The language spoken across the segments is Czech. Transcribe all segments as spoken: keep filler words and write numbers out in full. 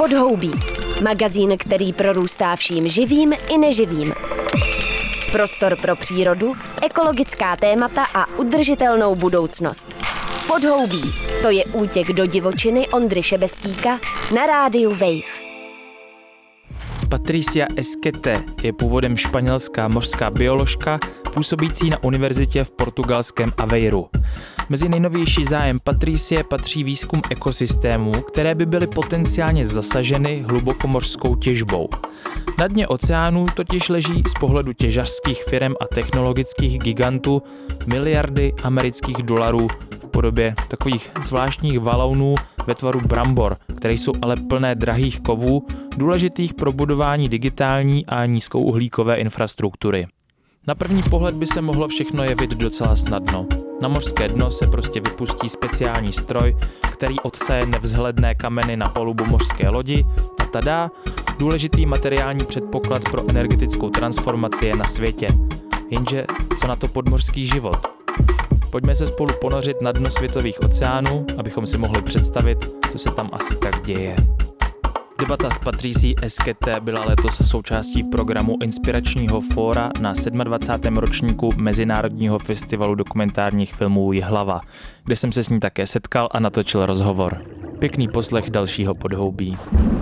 Podhoubí. Magazín, který prorůstá vším živým i neživým. Prostor pro přírodu, ekologická témata a udržitelnou budoucnost. Podhoubí. To je útěk do divočiny Ondry Šebestíka na rádiu Wave. Patricia Esquete je původem španělská mořská bioložka, působící na univerzitě v portugalském Aveiru. Mezi nejnovější zájem Patricie patří výzkum ekosystémů, které by byly potenciálně zasaženy hlubokomořskou těžbou. Na dně oceánů totiž leží z pohledu těžařských firem a technologických gigantů miliardy amerických dolarů v podobě takových zvláštních valounů ve tvaru brambor, které jsou ale plné drahých kovů, důležitých pro budování digitální a nízkouhlíkové infrastruktury. Na první pohled by se mohlo všechno jevit docela snadno. Na mořské dno se prostě vypustí speciální stroj, který odsaje nevzhledné kameny na palubu mořské lodi a tada, důležitý materiální předpoklad pro energetickou transformaci je na světě. Jenže co na to podmořský život? Pojďme se spolu ponořit na dno světových oceánů, abychom si mohli představit, co se tam asi tak děje. Debata s Patricií Esquete byla letos součástí programu Inspiračního fóra na dvacátém sedmém ročníku Mezinárodního festivalu dokumentárních filmů Jihlava, kde jsem se s ní také setkal a natočil rozhovor. Pěkný poslech dalšího Podhoubí.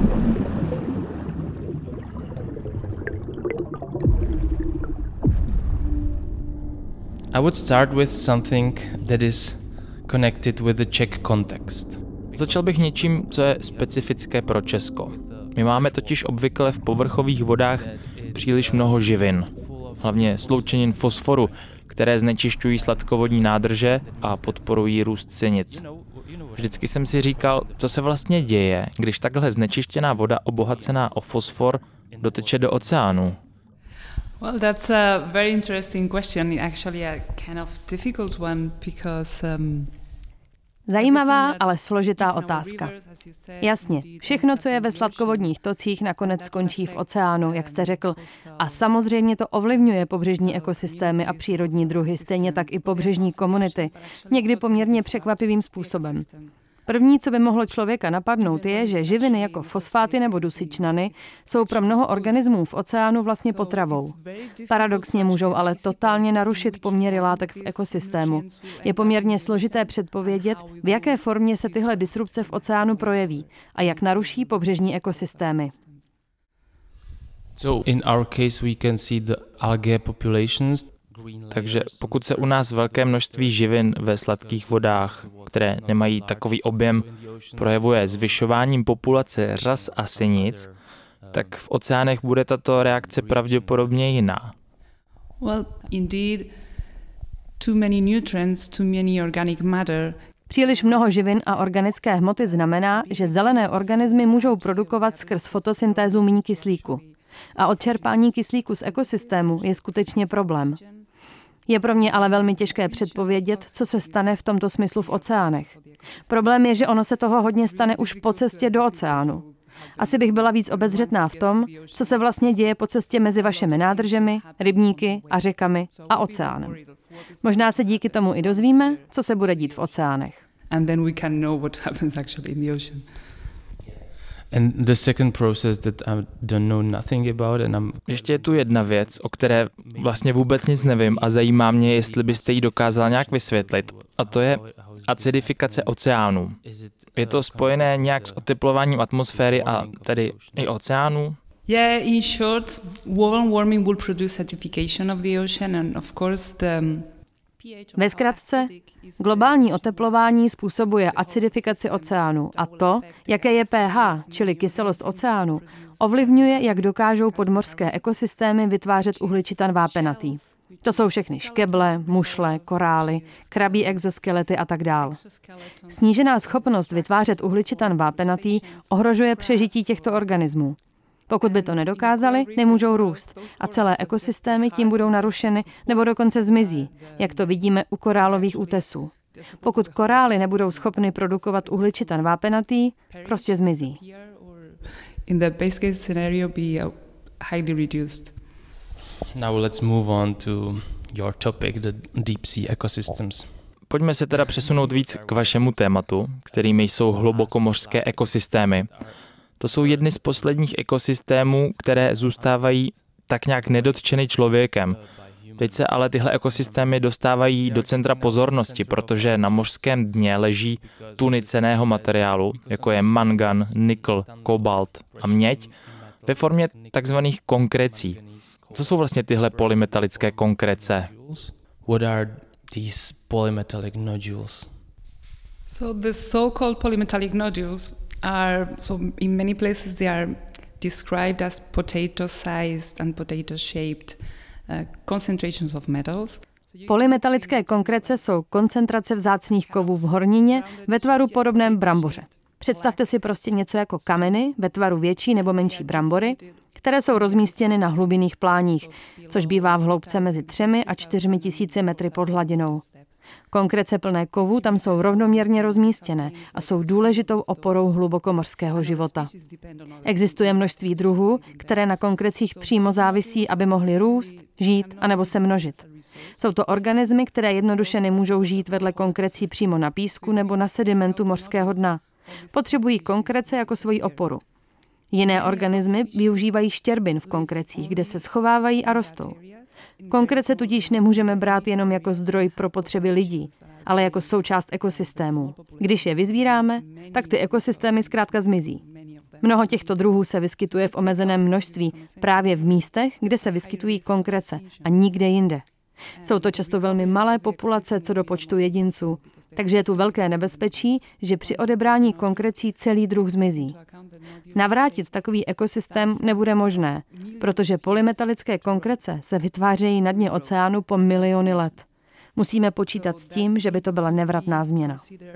I would start with something that is connected with the Czech context. Začal bych něčím, co je specifické pro Česko. My máme totiž obvykle v povrchových vodách příliš mnoho živin, hlavně sloučenin fosforu, které znečišťují sladkovodní nádrže a podporují růst sinic. Vždycky jsem si říkal, co se vlastně děje, když takhle znečištěná voda obohacená o fosfor doteče do oceánu. Well, that's a very interesting question, actually a kind of difficult one because um Zajímavá, ale složitá otázka. Jasně, všechno, co je ve sladkovodních tocích, nakonec skončí v oceánu, jak jste řekl. A samozřejmě to ovlivňuje pobřežní ekosystémy a přírodní druhy, stejně tak i pobřežní komunity, někdy poměrně překvapivým způsobem. První, co by mohlo člověka napadnout, je, že živiny jako fosfáty nebo dusičnany jsou pro mnoho organismů v oceánu vlastně potravou. Paradoxně můžou ale totálně narušit poměry látek v ekosystému. Je poměrně složité předpovědět, v jaké formě se tyhle disrupce v oceánu projeví a jak naruší pobřežní ekosystémy. So in our case we can see the algae populations. Takže pokud se u nás velké množství živin ve sladkých vodách, které nemají takový objem, projevuje zvyšováním populace řas a sinic, tak v oceánech bude tato reakce pravděpodobně jiná. Well, indeed, too many nutrients, too many organic matter. Příliš mnoho živin a organické hmoty znamená, že zelené organismy můžou produkovat skrz fotosyntézu méně kyslíku. A odčerpání kyslíku z ekosystému je skutečně problém. Je pro mě ale velmi těžké předpovědět, co se stane v tomto smyslu v oceánech. Problém je, že ono se toho hodně stane už po cestě do oceánu. Asi bych byla víc obezřetná v tom, co se vlastně děje po cestě mezi vašimi nádržemi, rybníky a řekami a oceánem. Možná se díky tomu i dozvíme, co se bude dít v oceánech. And then we can know what happens actually in the ocean. And the second process that I don't know nothing about and I'm... Ještě je tu jedna věc, o které vlastně vůbec nic nevím a zajímá mě, jestli byste ji dokázala nějak vysvětlit. A to je acidifikace oceánů. Je to spojené nějak s oteplováním atmosféry a tedy i oceánů? Yeah, in short, global warming will produce acidification of the ocean and of course the Ve zkratce, globální oteplování způsobuje acidifikaci oceánu a to, jaké je pH, čili kyselost oceánu, ovlivňuje, jak dokážou podmořské ekosystémy vytvářet uhličitan vápenatý. To jsou všechny škeble, mušle, korály, krabí exoskelety a tak dál. Snížená schopnost vytvářet uhličitan vápenatý ohrožuje přežití těchto organismů. Pokud by to nedokázali, nemůžou růst a celé ekosystémy tím budou narušeny nebo dokonce zmizí, jak to vidíme u korálových útesů. Pokud korály nebudou schopny produkovat uhličitan vápenatý, prostě zmizí. In the base case scenario be highly reduced. Now let's move on to your topic, the deep sea ecosystems. Pojďme se teda přesunout víc k vašemu tématu, kterými jsou hlubokomořské ekosystémy. To jsou jedny z posledních ekosystémů, které zůstávají tak nějak nedotčeny člověkem. Teď se ale tyhle ekosystémy dostávají do centra pozornosti, protože na mořském dně leží tuny cenného materiálu, jako je mangan, nikl, kobalt a měď, ve formě takzvaných konkrecí. Co jsou vlastně tyhle polymetalické konkrece? What are these polymetallic nodules? So the so-called polymetallic nodules are, so in many places they are described as potato-sized and potato-shaped uh, concentrations of metals. Polymetalické konkrece jsou koncentrace vzácných kovů v hornině ve tvaru podobném bramboře. Představte si prostě něco jako kameny ve tvaru větší nebo menší brambory, které jsou rozmístěny na hlubinných pláních, což bývá v hloubce mezi třemi a čtyřmi tisíci metry pod hladinou. Konkrece plné kovů tam jsou rovnoměrně rozmístěné a jsou důležitou oporou hlubokomorského života. Existuje množství druhů, které na konkrecích přímo závisí, aby mohly růst, žít anebo se množit. Jsou to organismy, které jednoduše nemůžou žít vedle konkrecí přímo na písku nebo na sedimentu mořského dna. Potřebují konkrece jako svoji oporu. Jiné organismy využívají štěrbin v konkrecích, kde se schovávají a rostou. Konkrece tudíž nemůžeme brát jenom jako zdroj pro potřeby lidí, ale jako součást ekosystému. Když je vyzbíráme, tak ty ekosystémy zkrátka zmizí. Mnoho těchto druhů se vyskytuje v omezeném množství právě v místech, kde se vyskytují konkrece a nikde jinde. Jsou to často velmi malé populace co do počtu jedinců, takže je tu velké nebezpečí, že při odebrání konkrecí celý druh zmizí. Navrátit takový ekosystém nebude možné, protože polymetalické konkrece se vytvářejí na dně oceánu po miliony let. Musíme počítat s tím, že by to byla nevratná změna.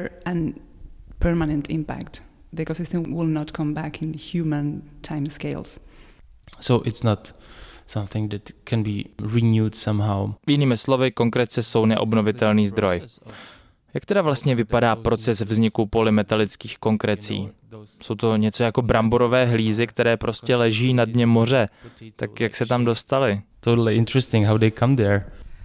So it's not something that can be renewed somehow. Jinými slovy, konkrece jsou neobnovitelný zdroj. Jak teda vlastně vypadá proces vzniku polymetalických konkrecí? Jsou to něco jako bramborové hlízy, které prostě leží na dně moře. Tak jak se tam dostali? Totally interesting how they come there.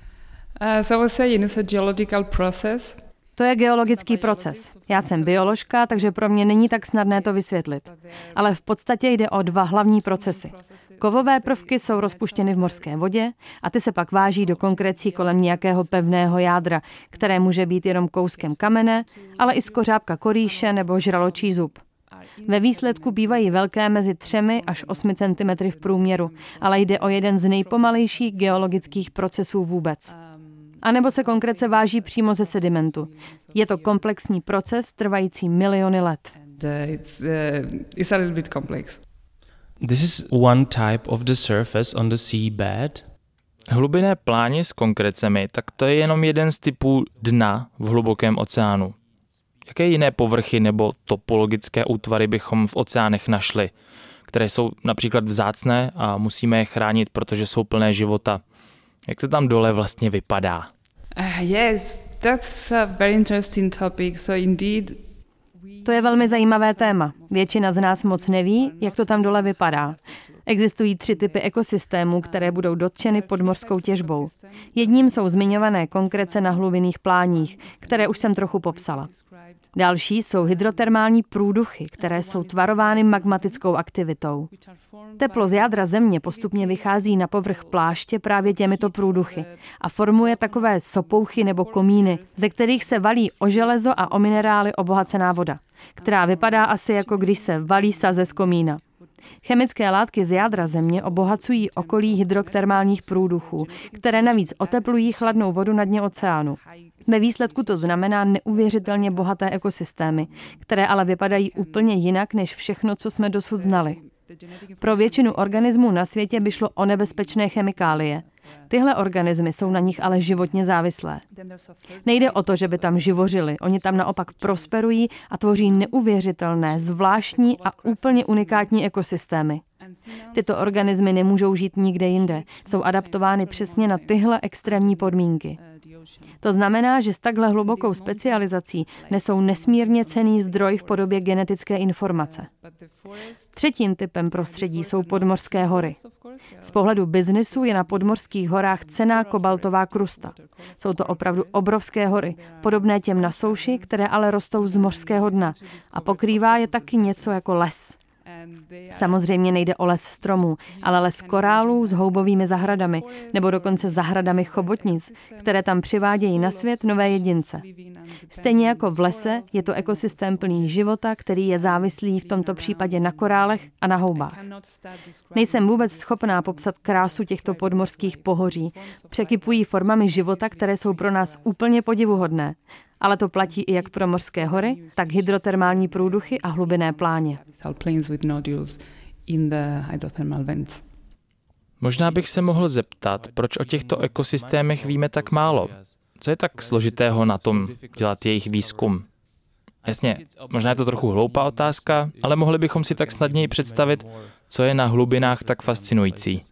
Uh, so I was saying it's a geological process. To je geologický proces. Já jsem bioložka, takže pro mě není tak snadné to vysvětlit. Ale v podstatě jde o dva hlavní procesy. Kovové prvky jsou rozpuštěny v mořské vodě a ty se pak váží do konkrecí kolem nějakého pevného jádra, které může být jenom kouskem kamene, ale i skořápka korýše nebo žraločí zub. Ve výsledku bývají velké mezi třemi až osmi centimetry v průměru, ale jde o jeden z nejpomalejších geologických procesů vůbec. A nebo se konkrece váží přímo ze sedimentu. Je to komplexní proces trvající miliony let. It's, uh, it's a little bit complex. This is one type of the surface on the seabed. Hlubinné pláně s konkrecemi, tak to je jenom jeden z typů dna v hlubokém oceánu. Jaké jiné povrchy nebo topologické útvary bychom v oceánech našli, které jsou například vzácné a musíme je chránit, protože jsou plné života? Jak se tam dole vlastně vypadá? Uh, yes, that's a very interesting topic. So indeed, to je velmi zajímavé téma. Většina z nás moc neví, jak to tam dole vypadá. Existují tři typy ekosystémů, které budou dotčeny podmořskou těžbou. Jedním jsou zmiňované konkrece na hlubinných pláních, které už jsem trochu popsala. Další jsou hydrotermální průduchy, které jsou tvarovány magmatickou aktivitou. Teplo z jádra země postupně vychází na povrch pláště právě těmito průduchy a formuje takové sopouchy nebo komíny, ze kterých se valí o železo a o minerály obohacená voda, která vypadá asi jako když se valí saze z komína. Chemické látky z jádra země obohacují okolí hydrotermálních průduchů, které navíc oteplují chladnou vodu na dně oceánu. Ve výsledku to znamená neuvěřitelně bohaté ekosystémy, které ale vypadají úplně jinak než všechno, co jsme dosud znali. Pro většinu organismů na světě by šlo o nebezpečné chemikálie. Tyhle organismy jsou na nich ale životně závislé. Nejde o to, že by tam živořili, oni tam naopak prosperují a tvoří neuvěřitelné, zvláštní a úplně unikátní ekosystémy. Tyto organismy nemůžou žít nikde jinde, jsou adaptovány přesně na tyhle extrémní podmínky. To znamená, že s takhle hlubokou specializací nesou nesmírně cenný zdroj v podobě genetické informace. Třetím typem prostředí jsou podmořské hory. Z pohledu biznesu je na podmořských horách cenná kobaltová krusta. Jsou to opravdu obrovské hory, podobné těm na souši, které ale rostou z mořského dna a pokrývá je taky něco jako les. Samozřejmě nejde o les stromů, ale les korálů s houbovými zahradami nebo dokonce zahradami chobotnic, které tam přivádějí na svět nové jedince. Stejně jako v lese je to ekosystém plný života, který je závislý v tomto případě na korálech a na houbách. Nejsem vůbec schopná popsat krásu těchto podmořských pohoří. Překypují formami života, které jsou pro nás úplně podivuhodné. Ale to platí i jak pro mořské hory, tak hydrotermální průduchy a hlubinné pláně. Možná bych se mohl zeptat, proč o těchto ekosystémech víme tak málo. Co je tak složitého na tom dělat jejich výzkum? Jasně, možná je to trochu hloupá otázka, ale mohli bychom si tak snadněji představit, co je na hlubinách tak fascinující.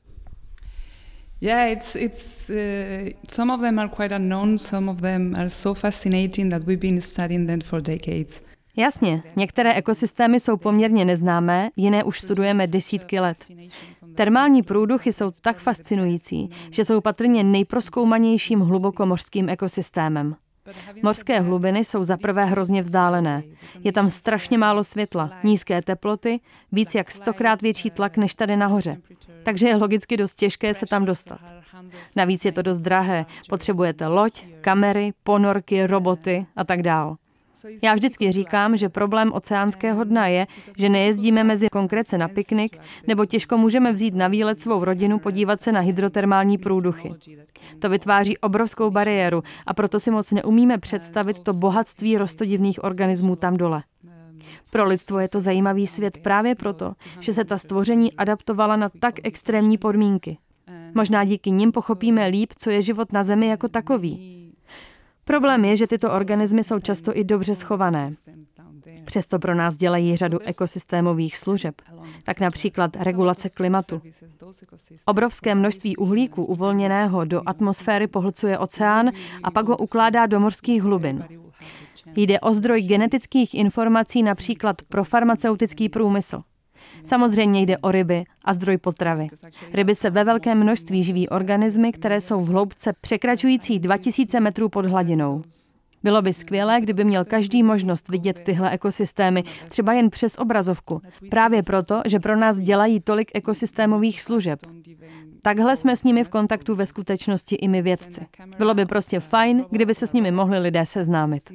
Yeah, it's it's uh, some of them are quite unknown, some of them are so fascinating that we've been studying them for decades. Jasně, některé ekosystémy jsou poměrně neznámé, jiné už studujeme desítky let. Termální průduchy jsou tak fascinující, že jsou patrně nejprozkoumanějším hlubokomořským ekosystémem. Mořské hlubiny jsou zaprvé hrozně vzdálené. Je tam strašně málo světla, nízké teploty, víc jak stokrát větší tlak než tady nahoře. Takže je logicky dost těžké se tam dostat. Navíc je to dost drahé. Potřebujete loď, kamery, ponorky, roboty a tak dál. Já vždycky říkám, že problém oceánského dna je, že nejezdíme mezi konkrétce na piknik, nebo těžko můžeme vzít na výlet svou rodinu podívat se na hydrotermální průduchy. To vytváří obrovskou bariéru a proto si moc neumíme představit to bohatství roztodivných organismů tam dole. Pro lidstvo je to zajímavý svět právě proto, že se ta stvoření adaptovala na tak extrémní podmínky. Možná díky nim pochopíme líp, co je život na Zemi jako takový. Problém je, že tyto organismy jsou často i dobře schované. Přesto pro nás dělají řadu ekosystémových služeb, tak například regulace klimatu. Obrovské množství uhlíku uvolněného do atmosféry pohlcuje oceán a pak ho ukládá do mořských hlubin. Jde o zdroj genetických informací například pro farmaceutický průmysl. Samozřejmě jde o ryby a zdroj potravy. Ryby se ve velkém množství živí organismy, které jsou v hloubce překračující dva tisíce metrů pod hladinou. Bylo by skvělé, kdyby měl každý možnost vidět tyhle ekosystémy, třeba jen přes obrazovku. Právě proto, že pro nás dělají tolik ekosystémových služeb. Takhle jsme s nimi v kontaktu ve skutečnosti i my vědci. Bylo by prostě fajn, kdyby se s nimi mohli lidé seznámit.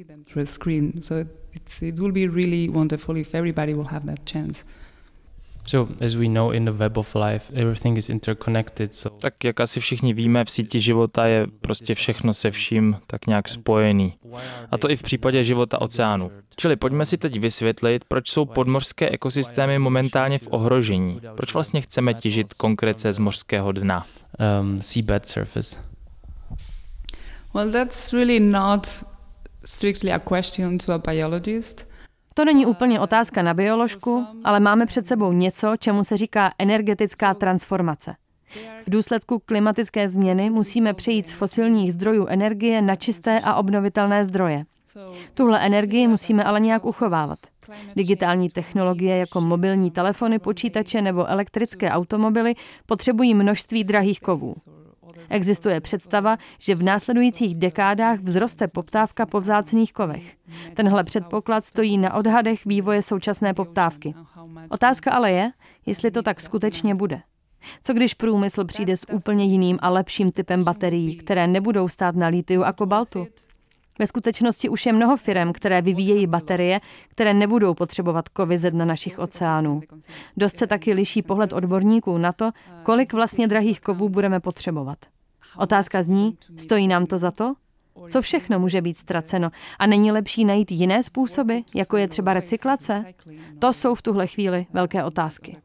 So, as we know, in the web of life, everything is interconnected. So... Tak jak asi všichni víme, v síti života je prostě všechno se vším tak nějak spojený. A to i v případě života oceánu. Čili pojďme si teď vysvětlit, proč jsou podmořské ekosystémy momentálně v ohrožení. Proč vlastně chceme těžit konkrétně z mořského dna? Um, seabed surface. Well, that's really not strictly a question to a biologist. To není úplně otázka na bioložku, ale máme před sebou něco, čemu se říká energetická transformace. V důsledku klimatické změny musíme přejít z fosilních zdrojů energie na čisté a obnovitelné zdroje. Tuhle energii musíme ale nějak uchovávat. Digitální technologie jako mobilní telefony, počítače nebo elektrické automobily potřebují množství drahých kovů. Existuje představa, že v následujících dekádách vzroste poptávka po vzácných kovech. Tenhle předpoklad stojí na odhadech vývoje současné poptávky. Otázka ale je, jestli to tak skutečně bude. Co když průmysl přijde s úplně jiným a lepším typem baterií, které nebudou stát na litiu a kobaltu? Ve skutečnosti už je mnoho firem, které vyvíjejí baterie, které nebudou potřebovat kovy ze dna našich oceánů. Dost se taky liší pohled odborníků na to, kolik vlastně drahých kovů budeme potřebovat. Otázka zní, stojí nám to za to? Co všechno může být ztraceno? A není lepší najít jiné způsoby, jako je třeba recyklace? To jsou v tuhle chvíli velké otázky.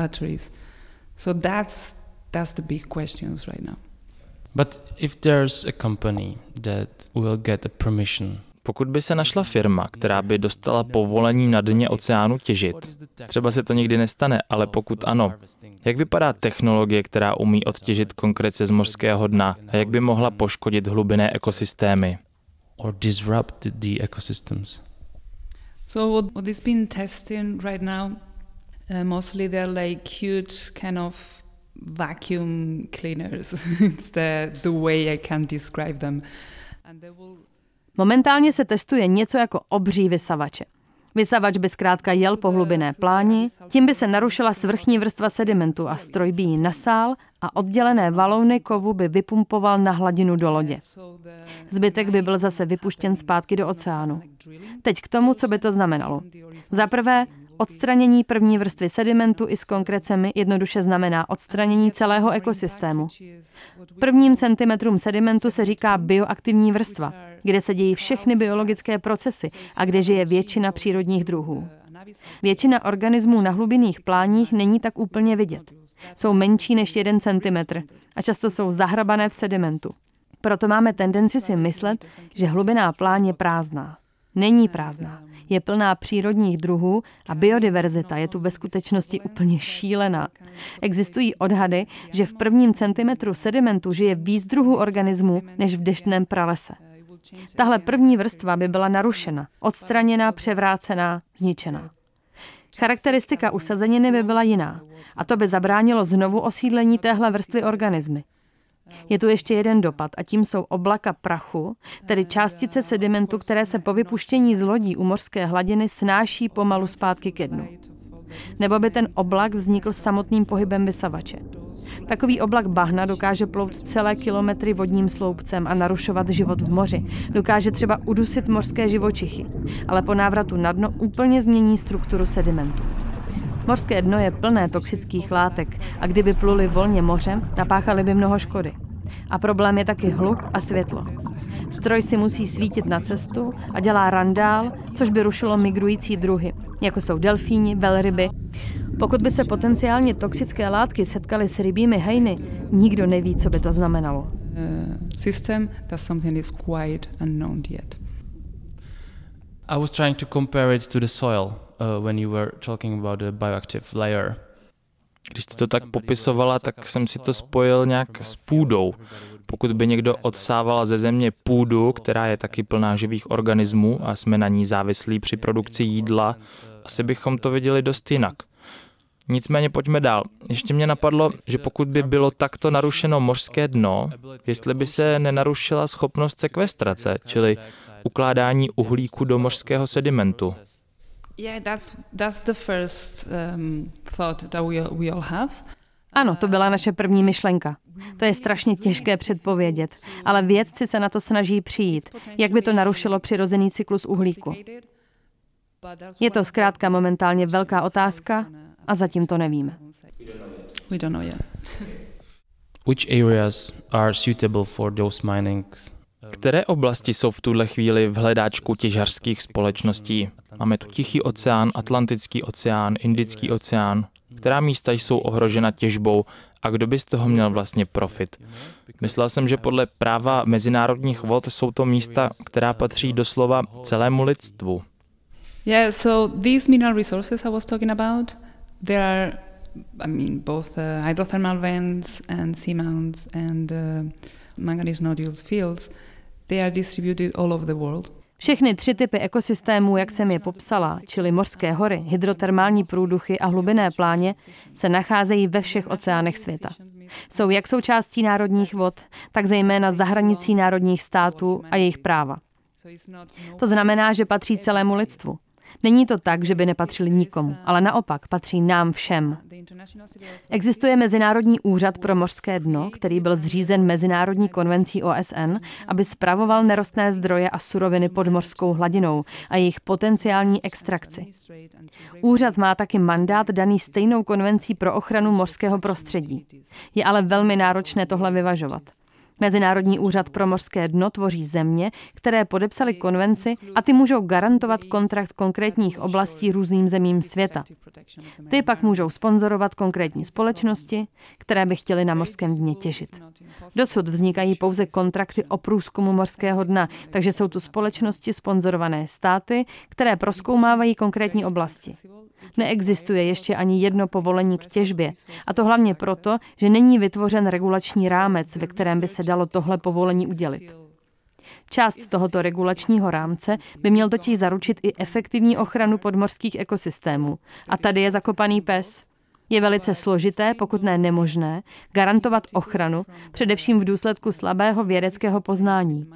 But if there's a company that will get a permission. Pokud by se našla firma, která by dostala povolení na dně oceánu těžit, třeba se to nikdy nestane, ale pokud ano, jak vypadá technologie, která umí odtěžit konkrétně z mořského dna a jak by mohla poškodit hlubinné ekosystémy? Or disrupt the ecosystems. So what, what is being tested right now, uh, mostly they're like huge kind of vacuum cleaners. It's the, the way I can describe them. And they will... Momentálně se testuje něco jako obří vysavače. Vysavač by zkrátka jel po hlubinné pláni, tím by se narušila svrchní vrstva sedimentu a stroj by ji nasál a oddělené valouny kovu by vypumpoval na hladinu do lodě. Zbytek by byl zase vypuštěn zpátky do oceánu. Teď k tomu, co by to znamenalo. Za prvé, odstranění první vrstvy sedimentu i s konkrecemi jednoduše znamená odstranění celého ekosystému. Prvním centimetrům sedimentu se říká bioaktivní vrstva, kde se dějí všechny biologické procesy a kde žije většina přírodních druhů. Většina organismů na hlubinných pláních není tak úplně vidět. Jsou menší než jeden centimetr a často jsou zahrabané v sedimentu. Proto máme tendenci si myslet, že hlubinná pláň je prázdná. Není prázdná. Je plná přírodních druhů a biodiverzita je tu ve skutečnosti úplně šílená. Existují odhady, že v prvním centimetru sedimentu žije víc druhů organismů než v deštném pralese. Tahle první vrstva by byla narušena, odstraněna, převrácená, zničená. Charakteristika usazeniny by byla jiná a to by zabránilo znovu osídlení téhle vrstvy organismy. Je tu ještě jeden dopad a tím jsou oblaka prachu, tedy částice sedimentu, které se po vypuštění z lodí u mořské hladiny snáší pomalu zpátky ke dnu. Nebo by ten oblak vznikl samotným pohybem vysavače. Takový oblak bahna dokáže plout celé kilometry vodním sloupcem a narušovat život v moři. Dokáže třeba udusit mořské živočichy, ale po návratu na dno úplně změní strukturu sedimentu. Mořské dno je plné toxických látek a kdyby pluli volně mořem, napáchali by mnoho škody. A problém je taky hluk a světlo. Stroj si musí svítit na cestu a dělá randál, což by rušilo migrující druhy, jako jsou delfíni, velryby. Pokud by se potenciálně toxické látky setkaly s rybími hejny, nikdo neví, co by to znamenalo. System that something is quite unknown yet. I was trying to compare it to the soil uh, when you were talking about the bioactive layer. Když jste to tak popisovala, tak jsem si to spojil nějak s půdou. Pokud by někdo odsával ze země půdu, která je taky plná živých organismů a jsme na ní závislí při produkci jídla, asi bychom to viděli dost jinak. Nicméně pojďme dál. Ještě mě napadlo, že pokud by bylo takto narušeno mořské dno, jestli by se nenarušila schopnost sekvestrace, čili ukládání uhlíku do mořského sedimentu. Yeah, that's that's the first um, thought that we we all have. Ano, to byla naše první myšlenka. To je strašně těžké předpovědět, ale vědci se na to snaží přijít, jak by to narušilo přirozený cyklus uhlíku. Je to zkrátka momentálně velká otázka a zatím to nevíme. We don't know yet. Which areas are suitable for those minings? Které oblasti jsou v tuhle chvíli v hledáčku těžařských společností? Máme tu Tichý oceán, Atlantický oceán, Indický oceán. Která místa jsou ohrožena těžbou a kdo by z toho měl vlastně profit? Myslel jsem, že podle práva mezinárodních vod jsou to místa, která patří doslova celému lidstvu. Yeah, so these mineral resources I was talking about, there are, I mean, both uh, hydrothermal vents and seamounts and uh, manganese nodules fields. They are distributed all over the world. Všechny tři typy ekosystémů, jak jsem je popsala, čili mořské hory, hydrotermální průduchy a hlubinné pláně, se nacházejí ve všech oceánech světa. Jsou jak součástí národních vod, tak zejména za hranicí národních států a jejich práva. To znamená, že patří celému lidstvu. Není to tak, že by nepatřili nikomu, ale naopak patří nám všem. Existuje Mezinárodní úřad pro mořské dno, který byl zřízen Mezinárodní konvencí O S N, aby spravoval nerostné zdroje a suroviny pod mořskou hladinou a jejich potenciální extrakci. Úřad má taky mandát daný stejnou konvencí pro ochranu mořského prostředí. Je ale velmi náročné tohle vyvažovat. Mezinárodní úřad pro mořské dno tvoří země, které podepsaly konvenci a ty můžou garantovat kontrakt konkrétních oblastí různým zemím světa. Ty pak můžou sponzorovat konkrétní společnosti, které by chtěly na mořském dně těžit. Dosud vznikají pouze kontrakty o průzkumu mořského dna, takže jsou tu společnosti sponzorované státy, které prozkoumávají konkrétní oblasti. Neexistuje ještě ani jedno povolení k těžbě, a to hlavně proto, že není vytvořen regulační rámec, ve kterém by se dalo tohle povolení udělit. Část tohoto regulačního rámce by měl totiž zaručit i efektivní ochranu podmořských ekosystémů. A tady je zakopaný pes. Je velice složité, pokud ne nemožné, garantovat ochranu, především v důsledku slabého vědeckého poznání.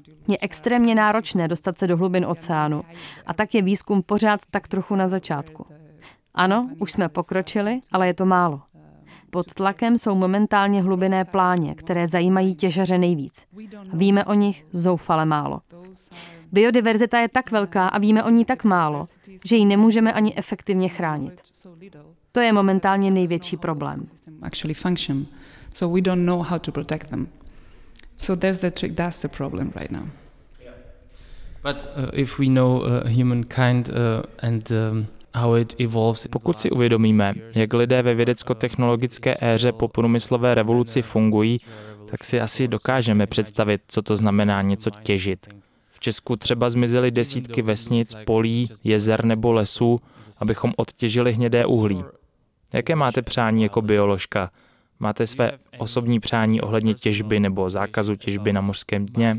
Je extrémně náročné dostat se do hlubin oceánu a tak je výzkum pořád tak trochu na začátku. Ano, už jsme pokročili, ale je to málo. Pod tlakem jsou momentálně hlubinné pláně, které zajímají těžaře nejvíc. Víme o nich zoufale málo. Biodiverzita je tak velká a víme o ní tak málo, že ji nemůžeme ani efektivně chránit. To je momentálně největší problém. So we don't know how to protect them. So there's the trick, that's the problem right now. But uh, if we know uh, humankind uh, and um, how it evolves. Pokud si uvědomíme, jak lidé ve vědecko-technologické éře po průmyslové revoluci fungují, tak si asi dokážeme představit, co to znamená něco těžit. V Česku třeba zmizely desítky vesnic, polí, jezer nebo lesů, abychom odtěžili hnědé uhlí. Jaké máte přání jako bioložka? Máte své osobní přání ohledně těžby nebo zákazu těžby na mořském dně?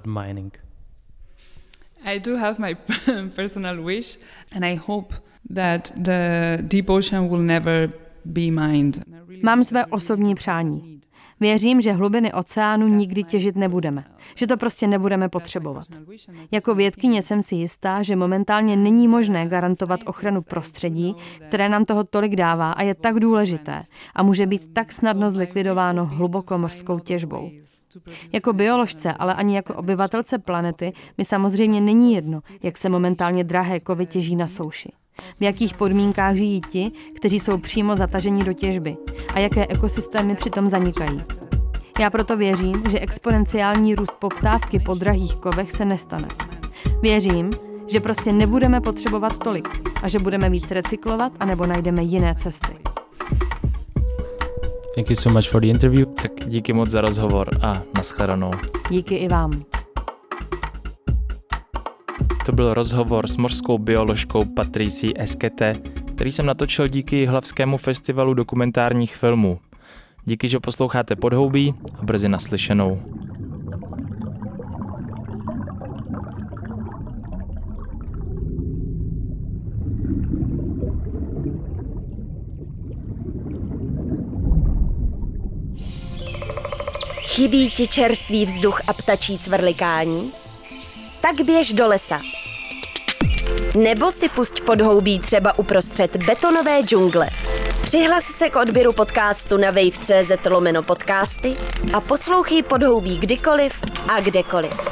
I do have my personal wish and I hope that the deep ocean will never be mined. Mám své osobní přání. Věřím, že hlubiny oceánu nikdy těžit nebudeme, že to prostě nebudeme potřebovat. Jako vědkyně jsem si jistá, že momentálně není možné garantovat ochranu prostředí, které nám toho tolik dává a je tak důležité a může být tak snadno zlikvidováno hlubokomořskou těžbou. Jako bioložce, ale ani jako obyvatelce planety mi samozřejmě není jedno, jak se momentálně drahé kovy těží na souši. V jakých podmínkách žijí ti, kteří jsou přímo zataženi do těžby a jaké ekosystémy přitom zanikají. Já proto věřím, že exponenciální růst poptávky po drahých kovech se nestane. Věřím, že prostě nebudeme potřebovat tolik a že budeme víc recyklovat anebo najdeme jiné cesty. Thank you so much for the interview. Tak díky moc za rozhovor a nashledanou. Díky i vám. To byl rozhovor s mořskou bioložkou Patricí Esquete, který jsem natočil díky Jihlavskému festivalu dokumentárních filmů. Díky, že posloucháte Podhoubí a brzy naslyšenou. Chybí ti čerstvý vzduch a ptačí cvrlikání? Tak běž do lesa. Nebo si pusť Podhoubí třeba uprostřed betonové džungle. Přihlasi se k odběru podcastu na wave tečka cz lomeno podcasty a poslouchej Podhoubí kdykoliv a kdekoliv.